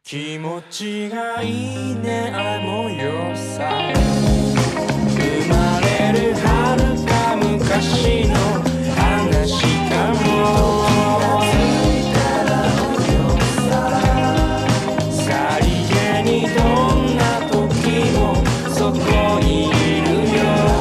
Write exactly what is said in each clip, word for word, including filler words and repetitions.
気持ちがいいねあの夜さ生まれる遥か昔の話かもさりげにどんな時もそこにいるよ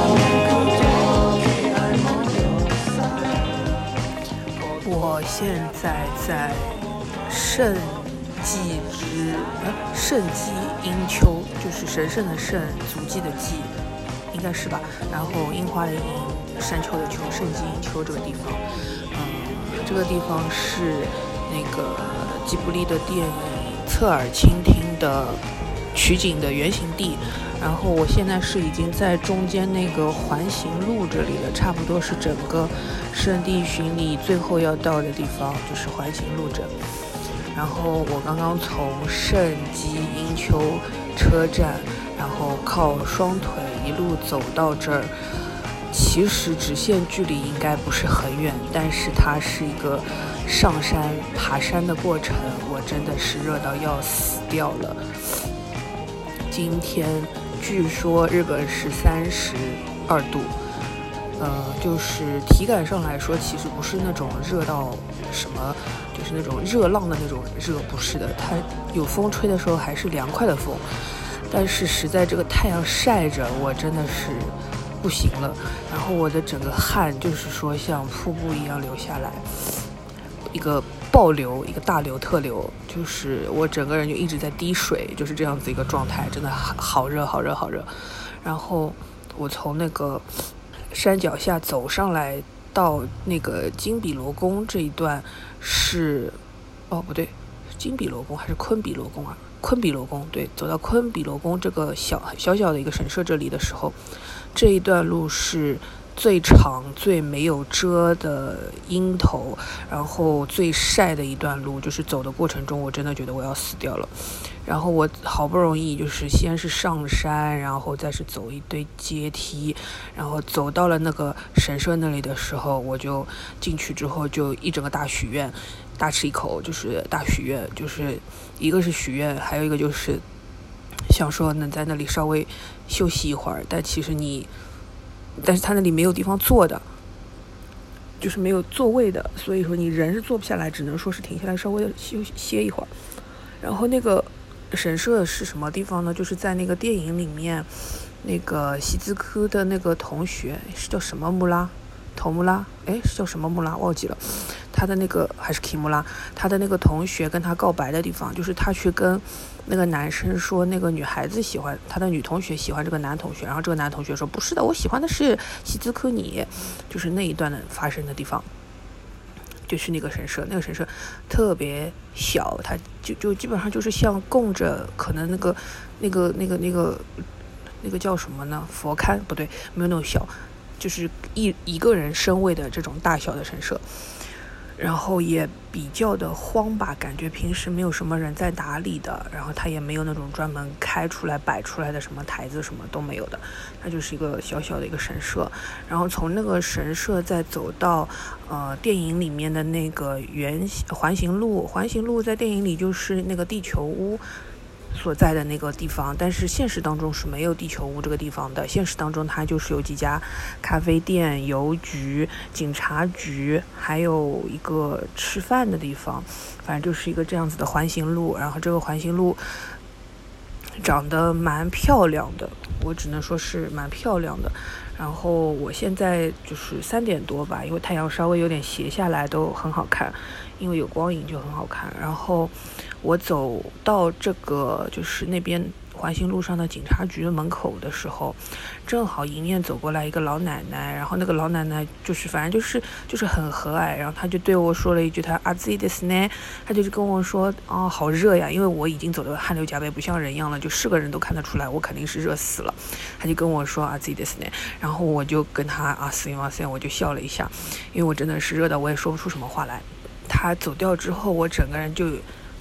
我现在在圣迹之呃圣迹阴丘，就是神圣的圣，足迹的迹，应该是吧。然后樱花的樱，山丘的丘，圣迹阴丘这个地方，嗯，这个地方是那个吉卜力的电影《侧耳倾听》的取景的原型地。然后我现在是已经在中间那个环形路这里了，差不多是整个圣地巡礼最后要到的地方，就是环形路这。然后我刚刚从圣迹阴丘车站，然后靠双腿一路走到这儿，其实直线距离应该不是很远，但是它是一个上山爬山的过程，我真的是热到要死掉了。今天据说日本是三十二度，呃，就是体感上来说，其实不是那种热到什么，就是那种热浪的那种热，不是的，它有风吹的时候还是凉快的风，但是实在这个太阳晒着，我真的是不行了。然后我的整个汗就是说像瀑布一样流下来，一个暴流，一个大流特流，就是我整个人就一直在滴水，就是这样子一个状态，真的好热好热好热。然后我从那个山脚下走上来到那个金比罗宫这一段是，哦不对，金比罗宫还是昆比罗宫啊？昆比罗宫，对，走到昆比罗宫这个小小小的一个神社这里的时候，这一段路是最长最没有遮的阴头，然后最晒的一段路，就是走的过程中我真的觉得我要死掉了。然后我好不容易就是先是上山，然后再是走一堆阶梯，然后走到了那个神社那里的时候，我就进去之后就一整个大许愿，大吃一口，就是大许愿，就是一个是许愿，还有一个就是想说能在那里稍微休息一会儿，但其实你但是他那里没有地方坐的，就是没有座位的，所以说你人是坐不下来，只能说是停下来稍微的休息歇一会儿。然后那个神社是什么地方呢？就是在那个电影里面，那个西兹科的那个同学是叫什么穆拉，头穆拉，哎，是叫什么穆拉忘记了。他的那个还是 Kimura， 他的那个同学跟他告白的地方，就是他去跟那个男生说那个女孩子喜欢他的女同学喜欢这个男同学，然后这个男同学说不是的，我喜欢的是西兹科你，就是那一段的发生的地方，就是那个神社，那个神社特别小，它就就基本上就是像供着可能那个那个那个那个那个叫什么呢？佛龛不对，没有那种小，就是一一个人身位的这种大小的神社。然后也比较的荒吧，感觉平时没有什么人在打理的，然后它也没有那种专门开出来摆出来的什么台子，什么都没有的，它就是一个小小的一个神社。然后从那个神社再走到呃电影里面的那个圆环形路，环形路在电影里就是那个地球屋所在的那个地方，但是现实当中是没有地球屋这个地方的。现实当中它就是有几家咖啡店、邮局、警察局，还有一个吃饭的地方，反正就是一个这样子的环形路。然后这个环形路长得蛮漂亮的，我只能说是蛮漂亮的。然后我现在就是三点多吧，因为太阳稍微有点斜下来都很好看，因为有光影就很好看。然后我走到这个就是那边环形路上的警察局的门口的时候，正好迎面走过来一个老奶奶，然后那个老奶奶就是反正就是就是很和蔼，然后她就对我说了一句她阿兹ですね，她就是跟我说哦好热呀，因为我已经走得汗流浃背不像人一样了，就是个人都看得出来我肯定是热死了。她就跟我说阿兹ですね，然后我就跟她啊すみません，我就笑了一下，因为我真的是热到我也说不出什么话来。她走掉之后，我整个人就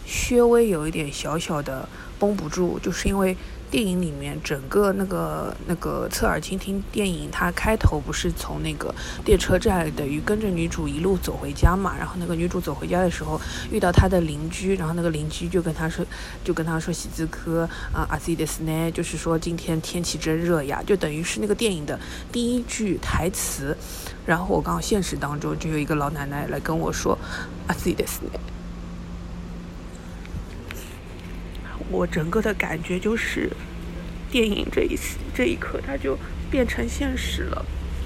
稍微有一点小小的绷不住，就是因为电影里面整个那个那个侧耳倾听电影，它开头不是从那个电车站等于跟着女主一路走回家嘛，然后那个女主走回家的时候遇到她的邻居，然后那个邻居就跟她说就跟她说喜字科啊阿西德斯呢，就是说今天天气真热呀，就等于是那个电影的第一句台词。然后我刚好现实当中就有一个老奶奶来跟我说阿西德斯呢，我整个的感觉就是电影这一这一刻它就变成现实了，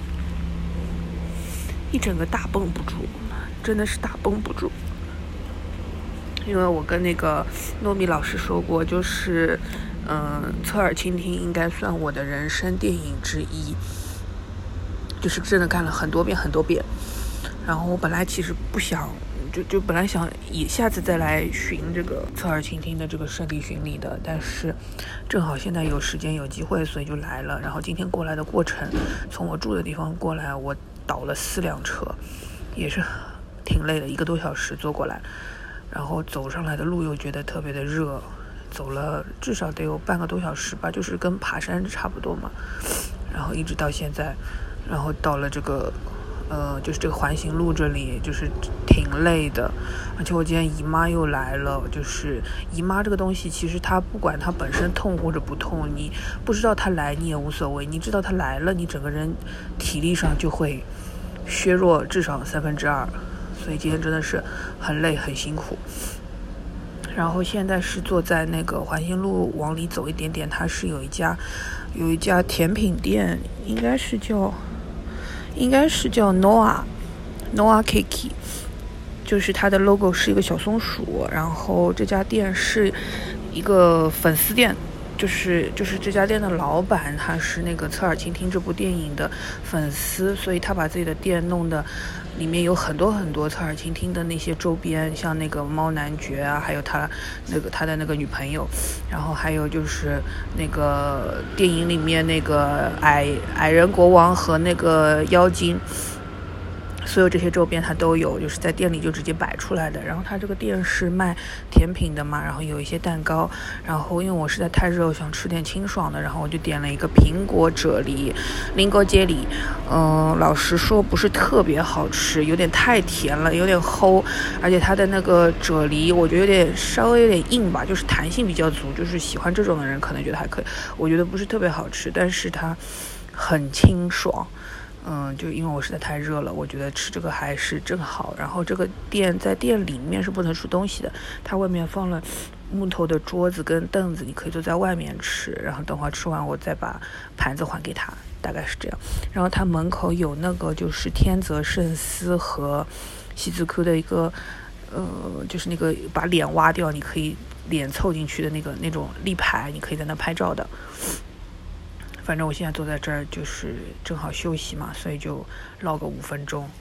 一整个大绷不住，真的是大绷不住。因为我跟那个糯米老师说过，就是嗯，侧耳倾听应该算我的人生电影之一，就是真的看了很多遍很多遍。然后我本来其实不想就就本来想一下子再来寻这个侧耳倾听的这个圣地巡礼的，但是正好现在有时间有机会，所以就来了。然后今天过来的过程，从我住的地方过来，我倒了四辆车，也是挺累的，一个多小时坐过来。然后走上来的路又觉得特别的热，走了至少得有半个多小时吧，就是跟爬山差不多嘛。然后一直到现在，然后到了这个呃，就是这个环形路这里，就是挺累的。而且我今天姨妈又来了，就是姨妈这个东西，其实它不管它本身痛或者不痛，你不知道它来你也无所谓，你知道它来了，你整个人体力上就会削弱至少三分之二。所以今天真的是很累很辛苦。然后现在是坐在那个环形路往里走一点点，它是有一家有一家甜品店，应该是叫应该是叫 Noah Noah Cake， 就是它的 logo 是一个小松鼠。然后这家店是一个粉丝店，就是就是这家店的老板他是那个侧耳倾听这部电影的粉丝，所以他把自己的店弄得里面有很多很多侧耳倾听的那些周边，像那个猫男爵啊，还有他那个他的那个女朋友，然后还有就是那个电影里面那个矮矮人国王和那个妖精，所有这些周边它都有，就是在店里就直接摆出来的。然后它这个店是卖甜品的嘛，然后有一些蛋糕。然后因为我实在太热，我想吃点清爽的，然后我就点了一个苹果啫喱林果啫喱。嗯，老实说不是特别好吃，有点太甜了，有点齁，而且它的那个啫喱我觉得有点稍微有点硬吧，就是弹性比较足，就是喜欢这种的人可能觉得还可以，我觉得不是特别好吃，但是它很清爽。嗯，就因为我实在太热了，我觉得吃这个还是正好。然后这个店在店里面是不能吃东西的，它外面放了木头的桌子跟凳子，你可以坐在外面吃。然后等会儿吃完我再把盘子还给他，大概是这样。然后它门口有那个就是天泽圣司和西子库的一个呃，就是那个把脸挖掉，你可以脸凑进去的那个那种立牌，你可以在那拍照的。反正我现在坐在这儿就是正好休息嘛，所以就唠个五分钟。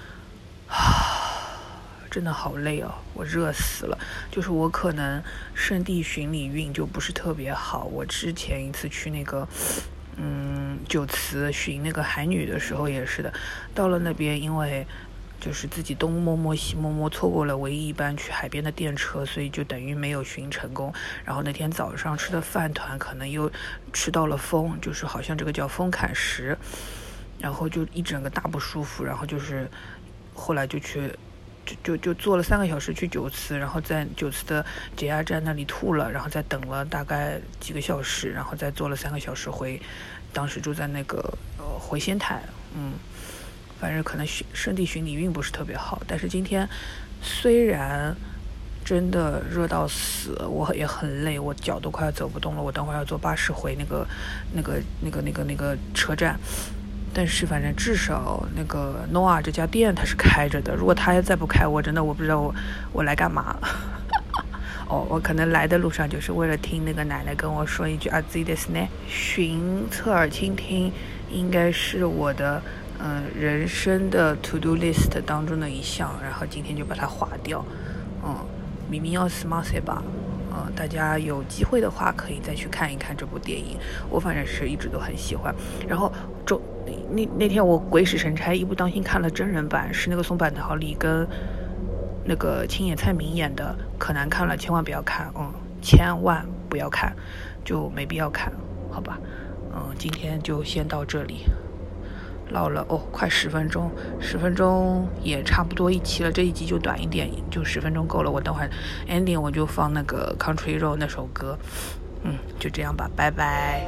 真的好累哦，我热死了。就是我可能圣地巡礼运就不是特别好。我之前一次去那个嗯九慈巡那个海女的时候也是的，到了那边因为就是自己东摸摸西摸摸，错过了唯一一班去海边的电车，所以就等于没有巡成功。然后那天早上吃的饭团可能又吃到了风，就是好像这个叫风坎石，然后就一整个大不舒服。然后就是后来就去就就就坐了三个小时去九慈，然后在九慈的解压站那里吐了，然后再等了大概几个小时，然后再坐了三个小时回，当时住在那个呃回仙台。嗯反正可能圣地巡礼运不是特别好，但是今天虽然真的热到死，我也很累，我脚都快要走不动了，我等会儿要坐巴士回那个那个那个那个那个车站。但是反正至少那个 Noah 这家店它是开着的，如果它再不开，我真的我不知道我我来干嘛。哦，我可能来的路上就是为了听那个奶奶跟我说一句啊自己的呢。寻侧耳倾听应该是我的嗯，人生的 to do list 当中的一项，然后今天就把它划掉。嗯，明明要死嘛塞吧。嗯，大家有机会的话可以再去看一看这部电影，我反正是一直都很喜欢。然后周那那天我鬼使神差一不当心看了真人版，是那个松坂桃李跟那个青野菜明演的，可难看了，千万不要看，嗯，千万不要看，就没必要看，好吧，嗯，今天就先到这里。唠了哦，快十分钟，十分钟也差不多一期了。这一集就短一点，就十分钟够了。我等会儿 ending 我就放那个 Country Road 那首歌，嗯，就这样吧，拜拜。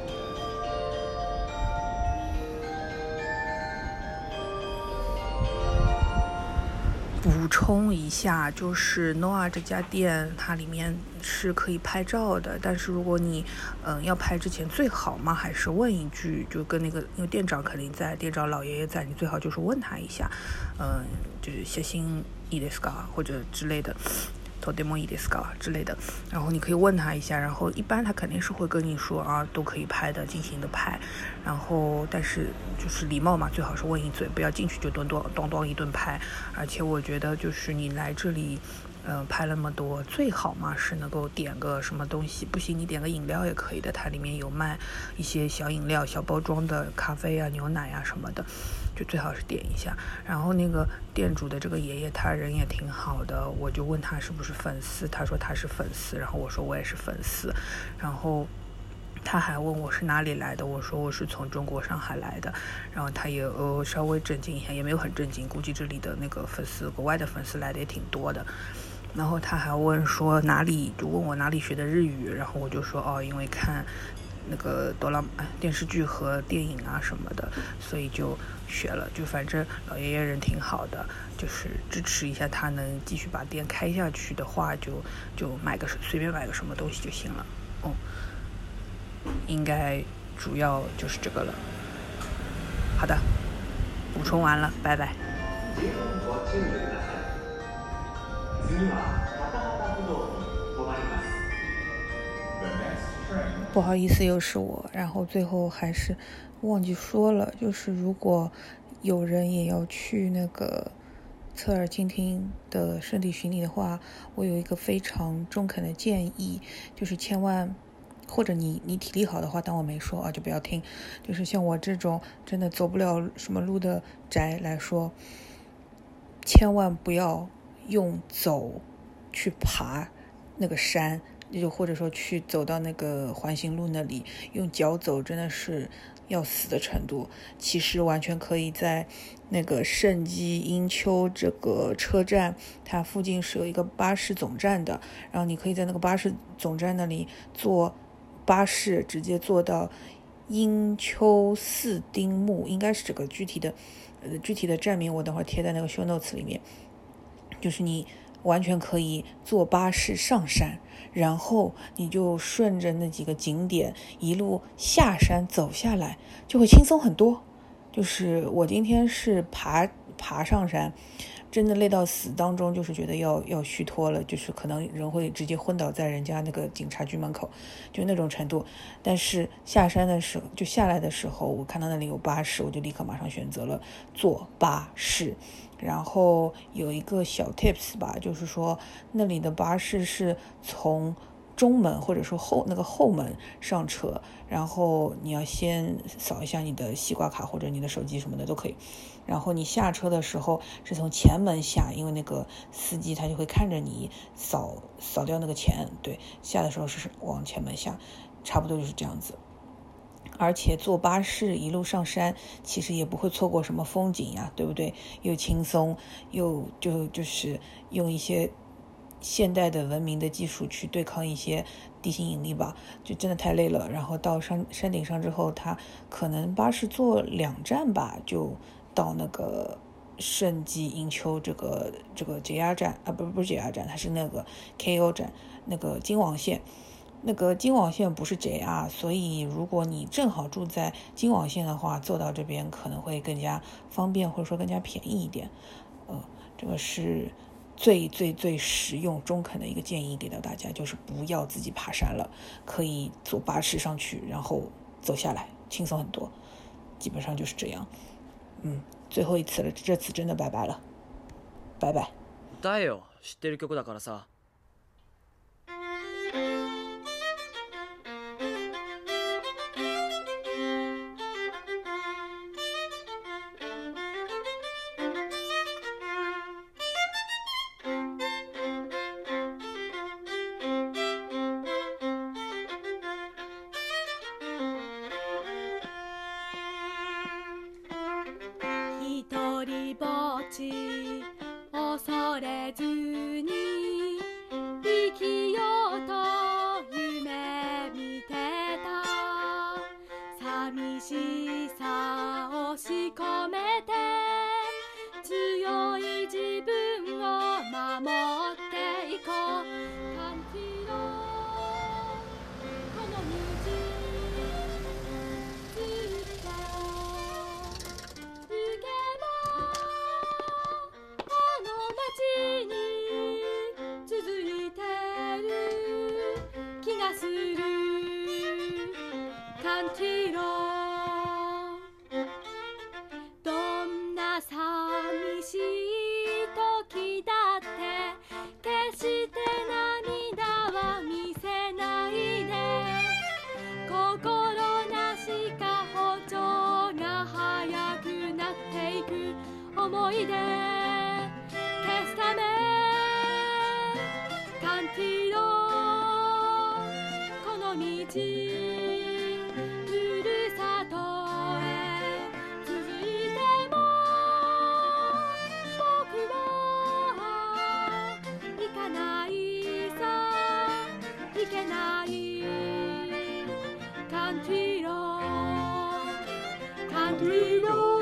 补充一下，就是 Noah 这家店，它里面是可以拍照的，但是如果你嗯、呃、要拍之前，最好嘛还是问一句，就跟那个因为店长肯定在，店长老爷爷在，你最好就是问他一下，嗯、呃，就是写信いいですか或者之类的。とてもいいですか之类的，然后你可以问他一下，然后一般他肯定是会跟你说啊，都可以拍的，尽情的拍，然后但是就是礼貌嘛，最好是问一嘴，不要进去就咚咚咚咚一顿拍。而且我觉得就是你来这里呃，拍了那么多，最好嘛是能够点个什么东西，不行你点个饮料也可以的，它里面有卖一些小饮料、小包装的咖啡啊、牛奶啊什么的，就最好是点一下。然后那个店主的这个爷爷他人也挺好的，我就问他是不是粉丝，他说他是粉丝，然后我说我也是粉丝，然后他还问我是哪里来的，我说我是从中国上海来的，然后他也呃稍微震惊一下，也没有很震惊，估计这里的那个粉丝，国外的粉丝来的也挺多的。然后他还问说哪里，就问我哪里学的日语，然后我就说哦，因为看那个哆啦电视剧和电影啊什么的，所以就学了。就反正老爷爷人挺好的，就是支持一下他能继续把店开下去的话，就就买个随便买个什么东西就行了。哦，应该主要就是这个了。好的，补充完了，拜拜。不好意思，又是我。然后最后还是忘记说了，就是如果有人也要去那个侧耳倾听的圣地巡礼的话，我有一个非常中肯的建议，就是千万，或者你你体力好的话，当我没说啊，就不要听。就是像我这种真的走不了什么路的宅来说，千万不要用走去爬那个山，就或者说去走到那个环形路那里，用脚走真的是要死的程度。其实完全可以在那个圣基英丘这个车站，它附近是有一个巴士总站的，然后你可以在那个巴士总站那里坐巴士直接坐到英丘四丁目，应该是这个具体的呃具体的站名我等会儿贴在那个 show notes 里面。就是你完全可以坐巴士上山，然后你就顺着那几个景点一路下山走下来，就会轻松很多。就是我今天是爬爬上山，真的累到死，当中就是觉得要要虚脱了，就是可能人会直接昏倒在人家那个警察局门口，就那种程度。但是下山的时候，就下来的时候，我看到那里有巴士，我就立刻马上选择了坐巴士。然后有一个小 tips 吧，就是说那里的巴士是从中门或者说后那个后门上车，然后你要先扫一下你的西瓜卡或者你的手机什么的都可以，然后你下车的时候是从前门下，因为那个司机他就会看着你扫扫掉那个钱，对，下的时候是往前门下，差不多就是这样子。而且坐巴士一路上山，其实也不会错过什么风景呀，对不对？又轻松，又就就是用一些现代的文明的技术去对抗一些地心引力吧，就真的太累了。然后到山山顶上之后，它可能巴士坐两站吧，就到那个圣基英丘这个这个 J R 站啊，不不是 J R 站，它是那个 K O 站，那个京王线。那个京王线不是 J R， 所以如果你正好住在京王线的话，坐到这边可能会更加方便，或者说更加便宜一点。呃，这个是最最最实用中肯的一个建议给到大家，就是不要自己爬山了，可以坐巴士上去，然后走下来，轻松很多。基本上就是这样。嗯，最后一次了，这次真的拜拜了，拜拜。 歌えよ、知ってる曲だからさ。 感じろどんな寂しい時だって決して涙は見せないで心なしか歩調が速くなっていく思い出消すため感じろこの道ふるさとへ続いても僕は行かないさいけない感じろ感じろ